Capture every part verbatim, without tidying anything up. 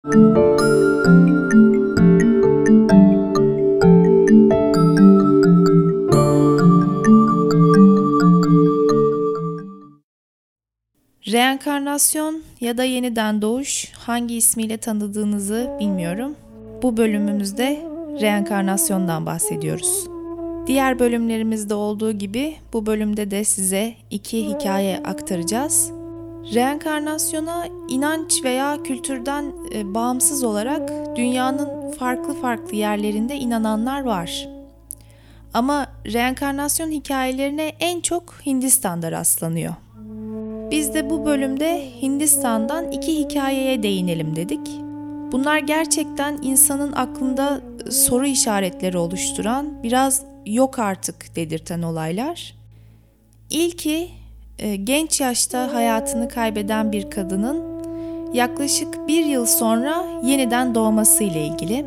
Reenkarnasyon ya da yeniden doğuş, hangi ismiyle tanıdığınızı bilmiyorum. Bu bölümümüzde reenkarnasyondan bahsediyoruz. Diğer bölümlerimizde olduğu gibi bu bölümde de size iki hikaye aktaracağız. Reenkarnasyona inanç veya kültürden e, bağımsız olarak dünyanın farklı farklı yerlerinde inananlar var. Ama reenkarnasyon hikayelerine en çok Hindistan'da rastlanıyor. Biz de bu bölümde Hindistan'dan iki hikayeye değinelim dedik. Bunlar gerçekten insanın aklında soru işaretleri oluşturan, biraz yok artık dedirten olaylar. İlki genç yaşta hayatını kaybeden bir kadının yaklaşık bir yıl sonra yeniden doğması ile ilgili.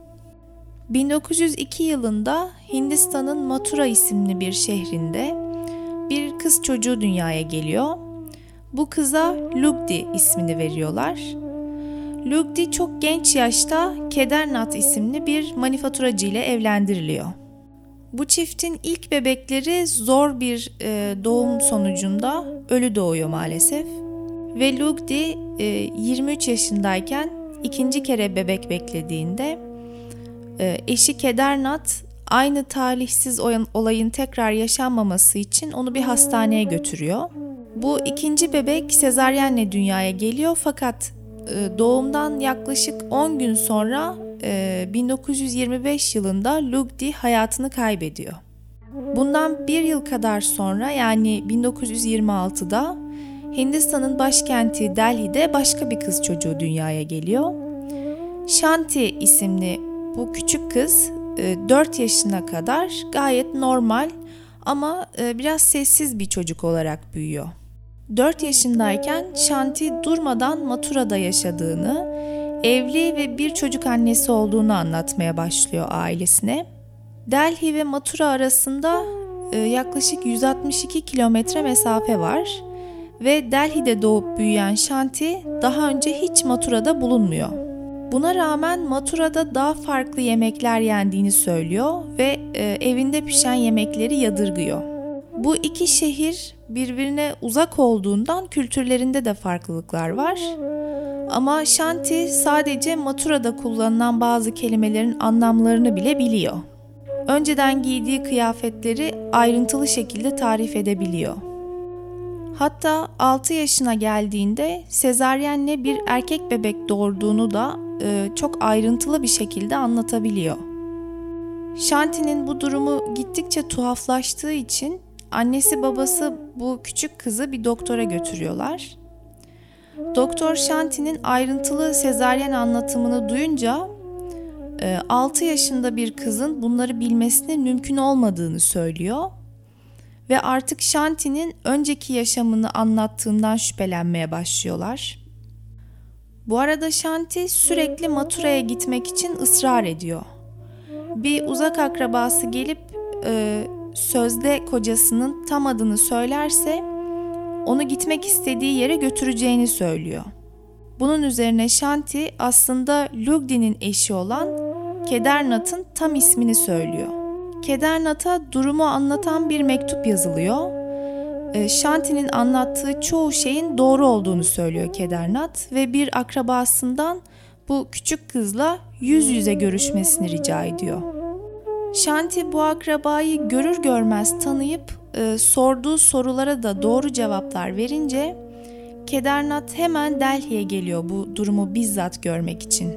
bin dokuz yüz iki yılında Hindistan'ın Mathura isimli bir şehrinde bir kız çocuğu dünyaya geliyor. Bu kıza Lugdi ismini veriyorlar. Lugdi çok genç yaşta Kedarnath isimli bir manifaturacı ile evlendiriliyor. Bu çiftin ilk bebekleri zor bir e, doğum sonucunda ölü doğuyor maalesef. Ve Lugdi e, yirmi üç yaşındayken ikinci kere bebek beklediğinde e, eşi Kedarnath aynı talihsiz olayın tekrar yaşanmaması için onu bir hastaneye götürüyor. Bu ikinci bebek sezaryenle dünyaya geliyor fakat e, doğumdan yaklaşık on gün sonra e, bin dokuz yüz yirmi beş yılında Lugdi hayatını kaybediyor. Bundan bir yıl kadar sonra yani bin dokuz yüz yirmi altıda Hindistan'ın başkenti Delhi'de başka bir kız çocuğu dünyaya geliyor. Shanti isimli bu küçük kız e, dört yaşına kadar gayet normal ama e, biraz sessiz bir çocuk olarak büyüyor. dört yaşındayken Shanti durmadan Mathura'da yaşadığını, evli ve bir çocuk annesi olduğunu anlatmaya başlıyor ailesine. Delhi ve Mathura arasında e, yaklaşık yüz altmış iki kilometre mesafe var ve Delhi'de doğup büyüyen Shanti daha önce hiç Mathura'da bulunmuyor. Buna rağmen Mathura'da daha farklı yemekler yendiğini söylüyor ve e, evinde pişen yemekleri yadırgıyor. Bu iki şehir birbirine uzak olduğundan kültürlerinde de farklılıklar var. Ama Shanti sadece Mathura'da kullanılan bazı kelimelerin anlamlarını bile biliyor. Önceden giydiği kıyafetleri ayrıntılı şekilde tarif edebiliyor. Hatta altı yaşına geldiğinde sezaryenle bir erkek bebek doğurduğunu da e, çok ayrıntılı bir şekilde anlatabiliyor. Shanti'nin bu durumu gittikçe tuhaflaştığı için annesi babası bu küçük kızı bir doktora götürüyorlar. Doktor Shanti'nin ayrıntılı sezaryen anlatımını duyunca altı yaşında bir kızın bunları bilmesinin mümkün olmadığını söylüyor ve artık Shanti'nin önceki yaşamını anlattığından şüphelenmeye başlıyorlar. Bu arada Shanti sürekli Mathura'ya gitmek için ısrar ediyor. Bir uzak akrabası gelip e, sözde kocasının tam adını söylerse onu gitmek istediği yere götüreceğini söylüyor. Bunun üzerine Shanti aslında Lugdi'nin eşi olan Kedarnath'ın tam ismini söylüyor. Kedarnath'a durumu anlatan bir mektup yazılıyor. E, Shanti'nin anlattığı çoğu şeyin doğru olduğunu söylüyor Kedarnath ve bir akrabasından bu küçük kızla yüz yüze görüşmesini rica ediyor. Shanti bu akrabayı görür görmez tanıyıp e, sorduğu sorulara da doğru cevaplar verince Kedarnath hemen Delhi'ye geliyor bu durumu bizzat görmek için.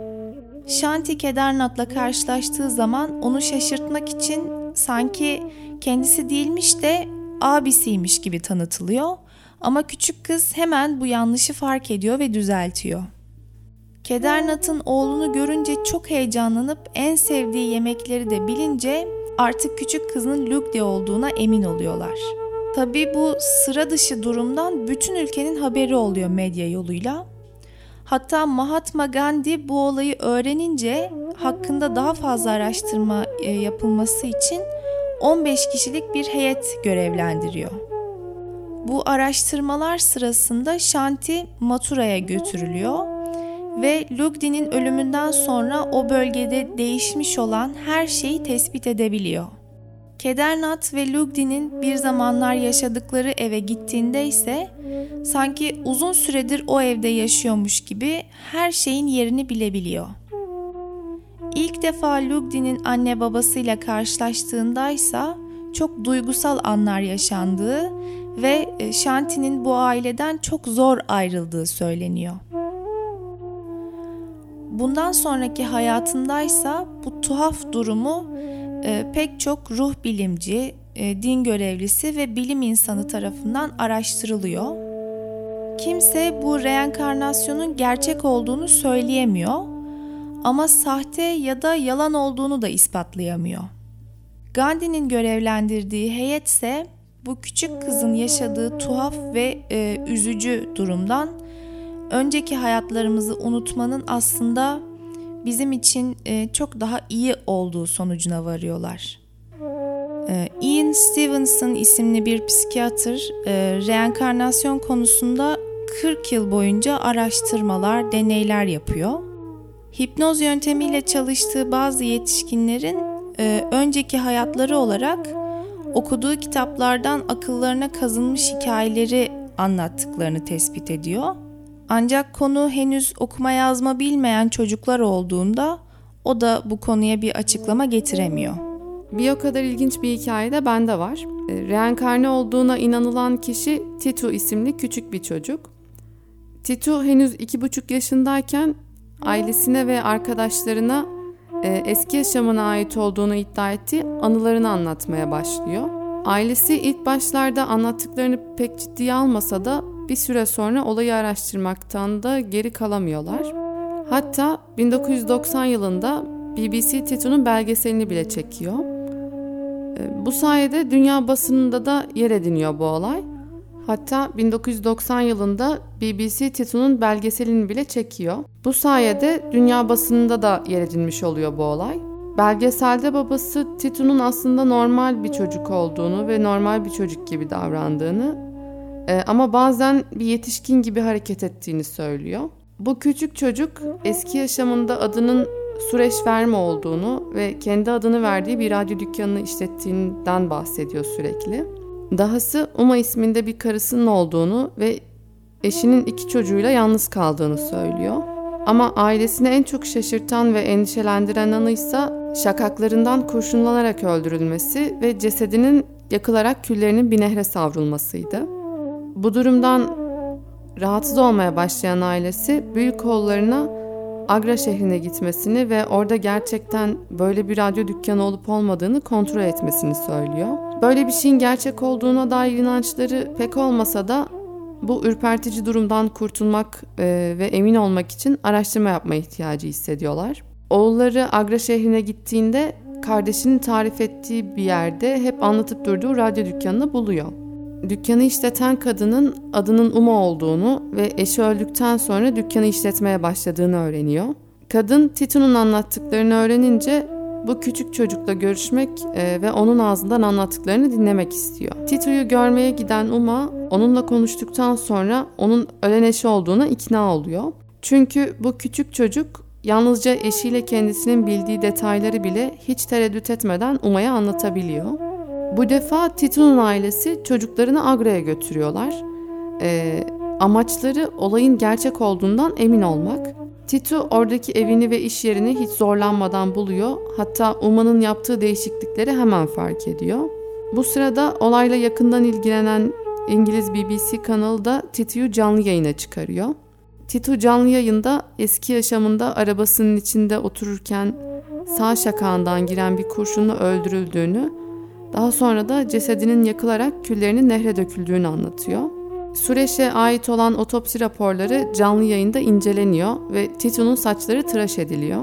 Shanti Kedarnath'la karşılaştığı zaman onu şaşırtmak için sanki kendisi değilmiş de abisiymiş gibi tanıtılıyor ama küçük kız hemen bu yanlışı fark ediyor ve düzeltiyor. Kedarnath'ın oğlunu görünce çok heyecanlanıp en sevdiği yemekleri de bilince artık küçük kızın Lugdi olduğuna emin oluyorlar. Tabii bu sıra dışı durumdan bütün ülkenin haberi oluyor medya yoluyla. Hatta Mahatma Gandhi bu olayı öğrenince hakkında daha fazla araştırma yapılması için on beş kişilik bir heyet görevlendiriyor. Bu araştırmalar sırasında Shanti Mathura'ya götürülüyor ve Lugdi'nin ölümünden sonra o bölgede değişmiş olan her şeyi tespit edebiliyor. Kedarnath ve Lugdi'nin bir zamanlar yaşadıkları eve gittiğinde ise sanki uzun süredir o evde yaşıyormuş gibi her şeyin yerini bilebiliyor. İlk defa Lugdi'nin anne babasıyla karşılaştığında ise çok duygusal anlar yaşandığı ve Shanti'nin bu aileden çok zor ayrıldığı söyleniyor. Bundan sonraki hayatındaysa bu tuhaf durumu e, pek çok ruh bilimci, e, din görevlisi ve bilim insanı tarafından araştırılıyor. Kimse bu reenkarnasyonun gerçek olduğunu söyleyemiyor ama sahte ya da yalan olduğunu da ispatlayamıyor. Gandhi'nin görevlendirdiği heyet ise bu küçük kızın yaşadığı tuhaf ve e, üzücü durumdan önceki hayatlarımızı unutmanın aslında bizim için e, çok daha iyi olduğu sonucuna varıyorlar. E, Ian Stevenson isimli bir psikiyatr e, reenkarnasyon konusunda kırk yıl boyunca araştırmalar, deneyler yapıyor. Hipnoz yöntemiyle çalıştığı bazı yetişkinlerin e, önceki hayatları olarak okuduğu kitaplardan akıllarına kazınmış hikayeleri anlattıklarını tespit ediyor. Ancak konu henüz okuma yazma bilmeyen çocuklar olduğunda o da bu konuya bir açıklama getiremiyor. Bir o kadar ilginç bir hikaye de bende var. Reenkarne olduğuna inanılan kişi Titu isimli küçük bir çocuk. Titu henüz iki buçuk yaşındayken ailesine ve arkadaşlarına eski yaşamına ait olduğunu iddia ettiği anılarını anlatmaya başlıyor. Ailesi ilk başlarda anlattıklarını pek ciddiye almasa da bir süre sonra olayı araştırmaktan da geri kalamıyorlar. Hatta bin dokuz yüz doksan yılında B B C Titu'nun belgeselini bile çekiyor. Bu sayede dünya basınında da yer ediniyor bu olay. Hatta bin dokuz yüz doksan yılında B B C Titu'nun belgeselini bile çekiyor. Bu sayede dünya basınında da yer edinmiş oluyor bu olay. Belgeselde babası Titu'nun aslında normal bir çocuk olduğunu ve normal bir çocuk gibi davrandığını e, ama bazen bir yetişkin gibi hareket ettiğini söylüyor. Bu küçük çocuk eski yaşamında adının Suresh Verma olduğunu ve kendi adını verdiği bir radyo dükkanını işlettiğinden bahsediyor sürekli. Dahası Uma isminde bir karısının olduğunu ve eşinin iki çocuğuyla yalnız kaldığını söylüyor. Ama ailesini en çok şaşırtan ve endişelendiren anıysa şakaklarından kurşunlanarak öldürülmesi ve cesedinin yakılarak küllerinin bir nehre savrulmasıydı. Bu durumdan rahatsız olmaya başlayan ailesi büyük oğullarına Agra şehrine gitmesini ve orada gerçekten böyle bir radyo dükkanı olup olmadığını kontrol etmesini söylüyor. Böyle bir şeyin gerçek olduğuna dair inançları pek olmasa da bu ürpertici durumdan kurtulmak e, ve emin olmak için araştırma yapma ihtiyacı hissediyorlar. Oğulları Agra şehrine gittiğinde kardeşinin tarif ettiği bir yerde hep anlatıp durduğu radyo dükkanını buluyor. Dükkanı işleten kadının adının Uma olduğunu ve eşi öldükten sonra dükkanı işletmeye başladığını öğreniyor. Kadın Titu'nun anlattıklarını öğrenince bu küçük çocukla görüşmek e, ve onun ağzından anlattıklarını dinlemek istiyor. Titu'yu görmeye giden Uma onunla konuştuktan sonra onun ölen eşi olduğuna ikna oluyor. Çünkü bu küçük çocuk yalnızca eşiyle kendisinin bildiği detayları bile hiç tereddüt etmeden Uma'ya anlatabiliyor. Bu defa Titu'nun ailesi çocuklarını Agra'ya götürüyorlar. E, amaçları olayın gerçek olduğundan emin olmak. Titu oradaki evini ve iş yerini hiç zorlanmadan buluyor. Hatta Uma'nın yaptığı değişiklikleri hemen fark ediyor. Bu sırada olayla yakından ilgilenen İngiliz B B C kanalı da Titu'yu canlı yayına çıkarıyor. Titu canlı yayında eski yaşamında arabasının içinde otururken sağ şakağından giren bir kurşunla öldürüldüğünü, daha sonra da cesedinin yakılarak küllerinin nehre döküldüğünü anlatıyor. Suresh'e ait olan otopsi raporları canlı yayında inceleniyor ve Titu'nun saçları tıraş ediliyor.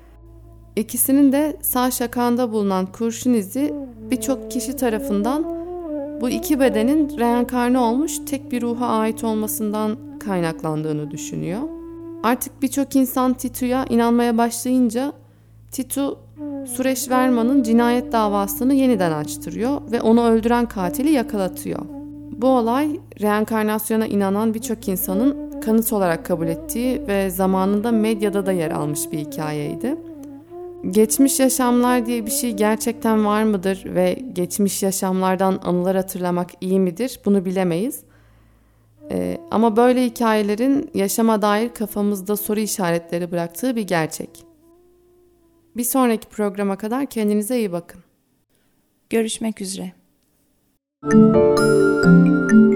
İkisinin de sağ şakağında bulunan kurşun izi birçok kişi tarafından bu iki bedenin reenkarne olmuş tek bir ruha ait olmasından kaynaklandığını düşünüyor. Artık birçok insan Titu'ya inanmaya başlayınca Titu, Suresh Verma'nın cinayet davasını yeniden açtırıyor ve onu öldüren katili yakalatıyor. Bu olay reenkarnasyona inanan birçok insanın kanıt olarak kabul ettiği ve zamanında medyada da yer almış bir hikayeydi. Geçmiş yaşamlar diye bir şey gerçekten var mıdır ve geçmiş yaşamlardan anılar hatırlamak iyi midir? Bunu bilemeyiz. Ee, ama böyle hikayelerin yaşama dair kafamızda soru işaretleri bıraktığı bir gerçek. Bir sonraki programa kadar kendinize iyi bakın. Görüşmek üzere.